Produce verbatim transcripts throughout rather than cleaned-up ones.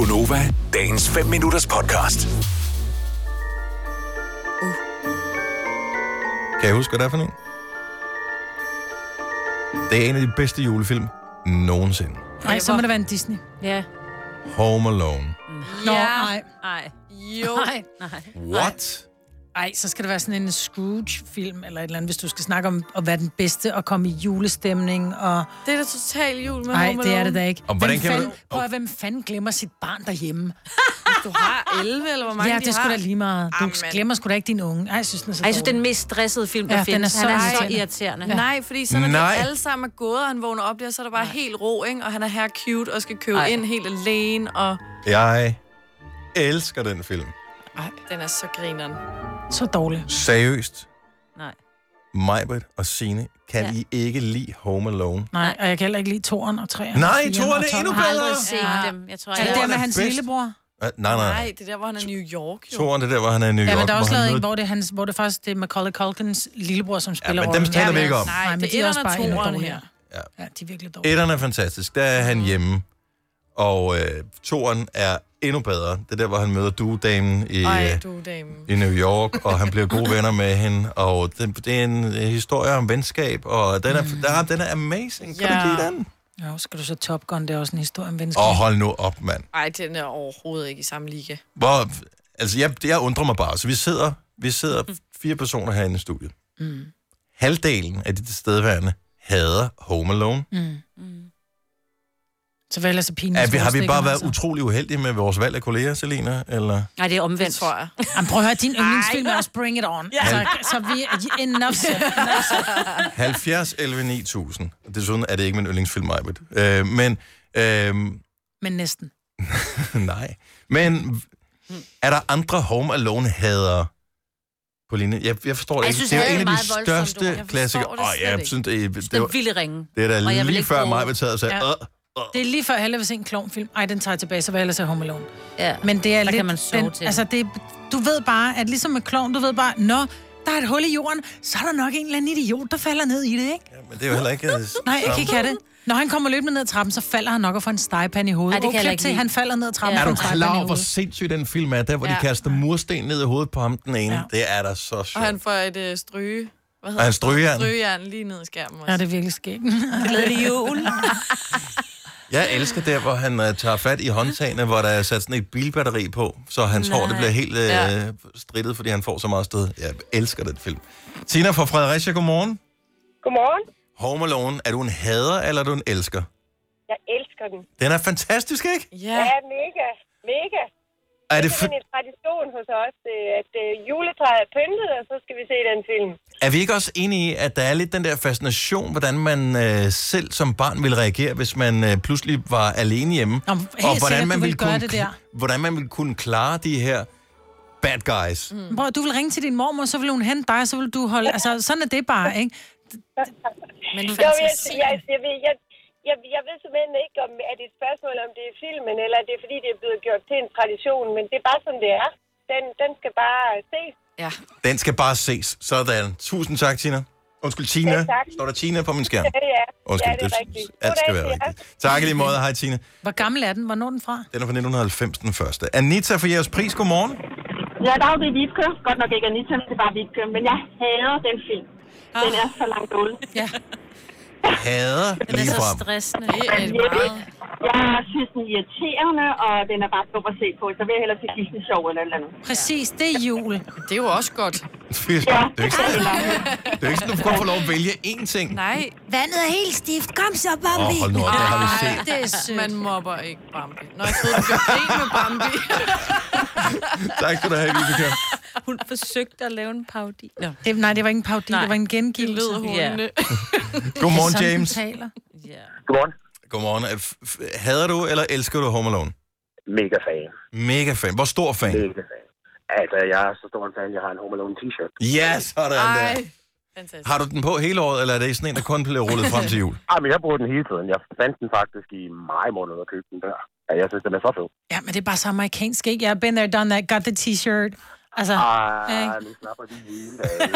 Gonova, dagens fem minutters podcast. Uh. Kan jeg huske, hvad det er for en? Det er en af de bedste julefilm nogensinde. Nej, så må det være en Disney. Ja. Home Alone. Nå, nej. Nej. Jo. Nej. What? Ej, så skal det være sådan en Scrooge-film eller et eller andet, hvis du skal snakke om at være den bedste og komme i julestemning. Og... Det er da total jul med Nej, Home det er Alone. det da ikke. Og hvordan hvem kan fanden, man- prøv at, hvem fanden glemmer sit barn derhjemme? Hvis du har elleve, eller hvor mange Ja, de det har. skulle da lige meget. Du Amen. glemmer sgu da ikke din unge. Ej, jeg synes, den er så Ej, jeg synes, det er dårlig. den mest stressede film, der Ja, findes. den er så Han er så irriterende. irriterende. Ja. Nej, fordi så når Nej. de alle sammen er gået, og han vågner op der, så er der bare Nej. helt ro, ikke? Og han er her cute og skal købe Ej. ind helt alene, og... Jeg elsker den film. Ej, den er så grineren. Så dårlig. Seriøst. Nej. Majbrit og Signe, kan Ja. I ikke lide Home Alone? Nej, og jeg kan heller ikke lide toeren og treeren. Nej, og toeren er firen og endnu tolveren. Jeg har aldrig bedre. set Ja. dem. Jeg tror, Er det jeg... der Toeren med er hans bedst. lillebror? Uh, nej, nej. Nej, det er der, hvor han er i New York, jo. Toeren, det er der, hvor han er i New York. Ja, men der er også hvor han lavet en, møder- hvor det, er hans, hvor det faktisk det er Macaulay Culkins lillebror, som spiller men dem rollen. taler vi Ja, ikke men- om. Nej, Nej, men det de er er også etteren og bare endnu toeren dårligere. Ja. Ja, de er virkelig dårlige. Etteren er fantastisk. Der er han hjemme. Og øh, toeren er endnu bedre. Det er der, hvor han møder duedamen i, Ej, øh, du er dame. i New York, og han bliver gode venner med hende. Og det, det er en øh, historie om venskab, og den er, mm. der, den er amazing. Kan Ja. du lide den? Ja, skal du så Top Gun, det er også en historie om venskab. Og hold nu op, mand. Ej, den er overhovedet ikke i samme liga. Hvor, altså, jeg, jeg undrer mig bare. Så vi sidder, vi sidder fire personer herinde i studiet. Mm. Halvdelen af de tilstedeværende hader Home Alone. Mm. Så vel altså pinligt. Er vi, har vi bare været utrolig uheldige med vores valg af kolleger, Selina? Eller? Nej, det er omvendt. Det tror jeg. Jamen, prøv at høre, din yndlingsfilm er også Bring It On. Ja. Så, så vi er enough said. Enough said. halvfjerds elleve ni tusind. Desuden er det ikke min yndlingsfilm, Majbet. Øh, men, øh, Men næsten. nej. Men er der andre Home Alone-hadere på linje? Jeg, jeg forstår det Jeg ikke. synes, Det er jo det er en af de meget voldsomt, største du. Jeg klassikere. forstår det Åh, slet jeg ikke. synes, det, er- det, Den var, vilde ringe. det er da Og jeg vil lige ikke før bruge- Majbet taget og sagde, Ja. ja. Det er lige før, jeg hellere vil se en klovnfilm. Ej, den tager jeg tilbage, så vil jeg ellers se Home Alone. Ja. Men det er Der lidt... kan man sove den, til. altså, det, du ved bare, at ligesom med klovn, du ved bare, nå, der er et hul i jorden, så er der nok en eller anden idiot, der falder ned i det, ikke? Men det er jo heller ikke... øh, Nej, jeg kan ikke have det. Når han kommer løbende ned ad trappen, så falder han nok og får en stegepande i hovedet. Ej, det kan Og jeg klip ikke til, lide. han falder ned ad trappen Ja. og Er får du en klar stegepande i over, hvor hovedet. sindssyg den film er? Der, hvor ja. de Ja. kaster mursten ned i hovedet på ham, den ene. Ja. Det er da så Og sjovt. han får et øh, stryge... Hvad Og han strygejern. Strygejern lige ned i skærmen også. Ja, det er virkelig skægt. Glædelig jul. Jeg elsker der, hvor han uh, tager fat i håndtagene, hvor der er sat sådan et bilbatteri på, så hans Nej. hår det bliver helt uh, Ja. strittet, fordi han får så meget stød. Jeg elsker den film. Tina fra Fredericia, godmorgen. Godmorgen. Home Alone, er du en hader, eller er du en elsker? Jeg elsker den. Den er fantastisk, ikke? Ja. Ja, mega, mega. Er Det det er for... sådan en tradition hos os, øh, at øh, juletræet er pyntet, og så skal vi se den film. Er vi ikke også enige i, at der er lidt den der fascination, hvordan man øh, selv som barn ville reagere, hvis man øh, pludselig var alene hjemme? Nå, helt sikkert, du ville gøre kunne, det der. hvordan man ville kunne klare de her bad guys. Mm. Prøv, du vil ringe til din mormor, så vil hun hente dig, så vil du holde... Altså, sådan er det bare, ikke? Men Jo, jeg, fantasi. jeg, jeg, ved, jeg, jeg, jeg ved simpelthen ikke, om er det et spørgsmål, om det er filmen, eller er det fordi, det er blevet gjort til en tradition, men det er bare sådan, det er. Den, den skal bare ses. Ja. Den skal bare ses. Sådan. Tusind tak, Tina. Undskyld, Tina. Ja, tak. Står der Tina på min skærm? Ja, ja. Undskyld, ja, det er rigtigt. alt skal være Goddag til jer. rigtigt. Tak i lige måde. Hej, Tina. Hvor gammel er den? Hvornår er den fra? Den er fra nitten halvfems, den første. Anita fra Jeres Pris, godmorgen. Ja, der er jo det Vibke. Godt nok ikke Anita, det er bare Vibke. Men jeg hader den film. Den er så langt ude. Ja. Hader Den er lige så frem. stressende. Det er det meget. Jeg synes, den er irriterende, og den er bare dum at se på. Så vil jeg hellere se Disney Show eller et eller andet. Præcis, det er jul. Det er jo også godt. Det er jo ikke sådan, det er ikke sådan, du får lov at vælge én ting. Nej. Vandet er helt stift. Kom så, Åh, oh, hold nu op, det har vi set. Det er sødt. Man mobber ikke Bambi. Nå, jeg troede, du gjorde grin med Bambi. Tak skal du have, Vibeke. Hun forsøgte at lave en parodi. Nå. Det, nej, det var ikke en parodi, Nej. det var en Det gengivelse. lød hundene. Godmorgen, Sådan, James. den taler. Ja. Godmorgen. Godmorgen. F- f- Hader du, eller elsker du Home Alone? Mega fan. Mega fan. Hvor stor fan? Mega fan. Altså, jeg er så stor en fan, jeg har en Home Alone t-shirt. Ja, sådan der. Ej. Fantastisk. Har du den på hele året, eller er det sådan en, der kun bliver rullet frem til jul? Ah, men jeg bruger den hele tiden. Jeg fandt den faktisk i maj måned og købte den der. Ja, jeg synes, den er så fed. Ja, men det er bare så amerikansk, ikke? Jeg har been there, done that, got the t-shirt. Altså, Ah, ikke? nu slapper de hele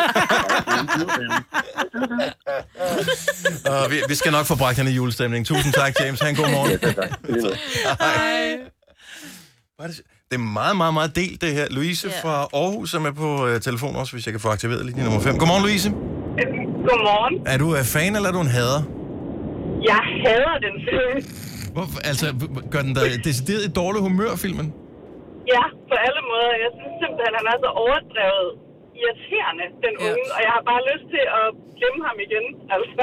Uh, vi, vi skal nok få bragt hende i julestemning. Tusind tak, James. Ha' en god morgen. dag. Hej. Var det, det er meget, meget, meget delt, det her. Louise yeah. fra Aarhus er med på uh, telefon også, hvis jeg kan få aktiveret linje nummer fem. Godmorgen, Louise. Godmorgen. Er du uh, fan, eller er du en hader? Jeg hader den film. Hvorfor? Altså, gør den dig decideret i dårlig humør, filmen? Ja, på alle måder. Jeg synes simpelthen, han er så overdrevet irriterende, den unge. Ja. Og jeg har bare lyst til at glemme ham igen, altså.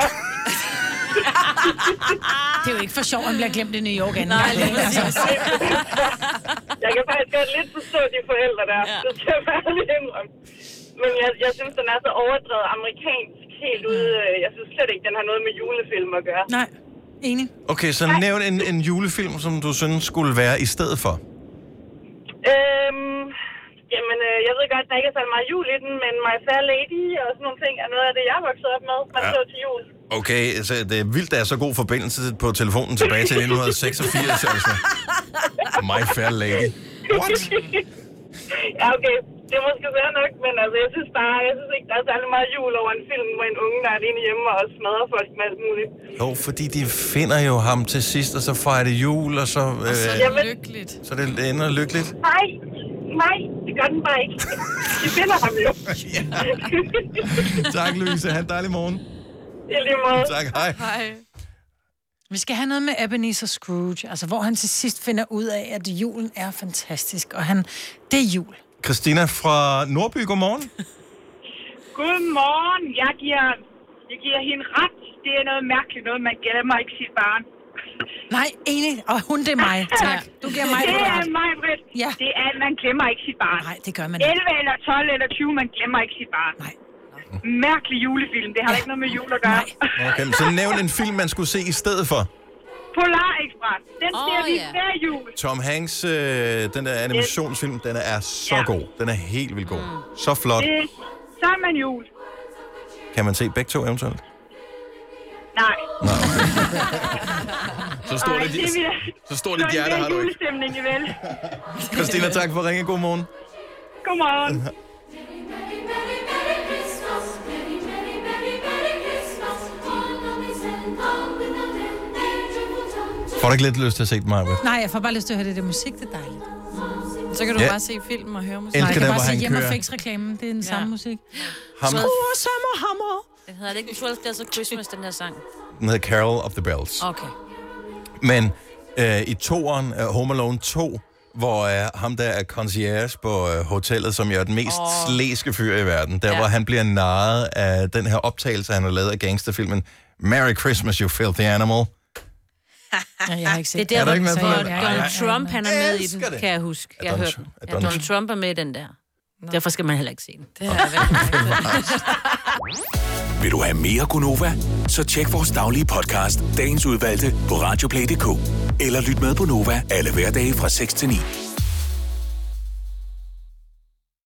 Det er jo ikke for sjovt, at han bliver glemt i New York. Nej, lige præcis. Jeg kan faktisk godt lidt forstå de forældre der. Ja. Det skal jeg bare lige indrømme. Men jeg, jeg synes, den er så overdrevet amerikansk helt ude. Jeg synes slet ikke, den har noget med julefilm at gøre. Nej, enig. Okay, så nævn en, en julefilm, som du synes skulle være i stedet for. Øhm, jamen, øh, jeg ved godt, der ikke er så meget jul i den, men My Fair Lady og sådan nogle ting er noget af det, jeg er vokset op med, man ja. så til jul. Okay, så det er vildt, der er så god forbindelse på telefonen tilbage til nitten seksogfirs, altså. My Fair Lady. What? Ja, okay. Det er måske svært nok, men altså, jeg synes bare, jeg synes ikke, der er særlig meget jul over en film, hvor en unge, der er alene hjemme og smadrer folk med alt muligt. Jo, fordi de finder jo ham til sidst, og så fejrer det jul, og så... Øh, og så er det lykkeligt. Så det ender lykkeligt. Nej, nej, det gør den bare ikke. De finder ham jo. Ja. Tak, Louise. Ha' en dejlig morgen. I lige måde. Tak, hej. Hej. Vi skal have noget med Ebenezer Scrooge, altså hvor han til sidst finder ud af, at julen er fantastisk, og han, det er jul. Christina fra Nordby, godmorgen. Godmorgen. Jeg giver, jeg giver hende ret. Det er noget mærkeligt noget, man glemmer ikke sit barn. Nej, enig. Og hun, det er mig. Tak. Du giver mig det ret. er mig, Britt. Ja. Det er, at man glemmer ikke sit barn. Nej, det gør man ikke. elleve eller tolv eller tyve, man glemmer ikke sit barn. Nej. Mærkelig julefilm. Det har ja. ikke noget med jul at gøre. Okay, så nævn en film, man skulle se i stedet for. Polar Express. Den Åh, ser vi ja. hver jul. Tom Hanks, øh, den der animationsfilm, den er så Ja. god. Den er helt vildt god. Så flot. Det, så er man jul. Kan man se begge to eventuelt? Nej. Så står det, det vil, så står det hjerte, har du ikke. julestemning, I vel. Christina, tak for at ringe. God morgen. Godmorgen. Får du ikke lidt lyst til at se den, Maja? Nej, jeg får bare lyst til at høre det der musik, det er dejligt. Så kan du Ja. bare se film og høre musik. Nej, Elsker jeg kan den, bare hvor se han hjemme og kører. fix-reklamen, det er den samme musik. Ham, Skruer, sommer, hammer. Den hedder det ikke tolv Days of Christmas, den her sang. den hedder Carol of the Bells. Okay. Men øh, i toeren, uh, Home Alone to, hvor øh, ham der er concierge på øh, hotellet, som jo er den mest oh. slæske fyr i verden, der ja. hvor han bliver narret af den her optagelse, han har lavet af gangsterfilmen Merry Christmas, you filthy animal. Ja, jeg har ikke set Det er der, Er du hvor ikke med på Donald den? Donald Trump, han er med i Elsker den, det. kan jeg huske. Jeg Er har Donald hørt Trump- den. er Ja, Donald- Donald Trump er med i den der. Derfor skal man heller ikke se den. Det er Vil du have mere Gunova? Så tjek vores daglige podcast, dagens udvalgte, på radioplay punktum d k. Eller lyt med på Nova alle hverdage fra seks til ni.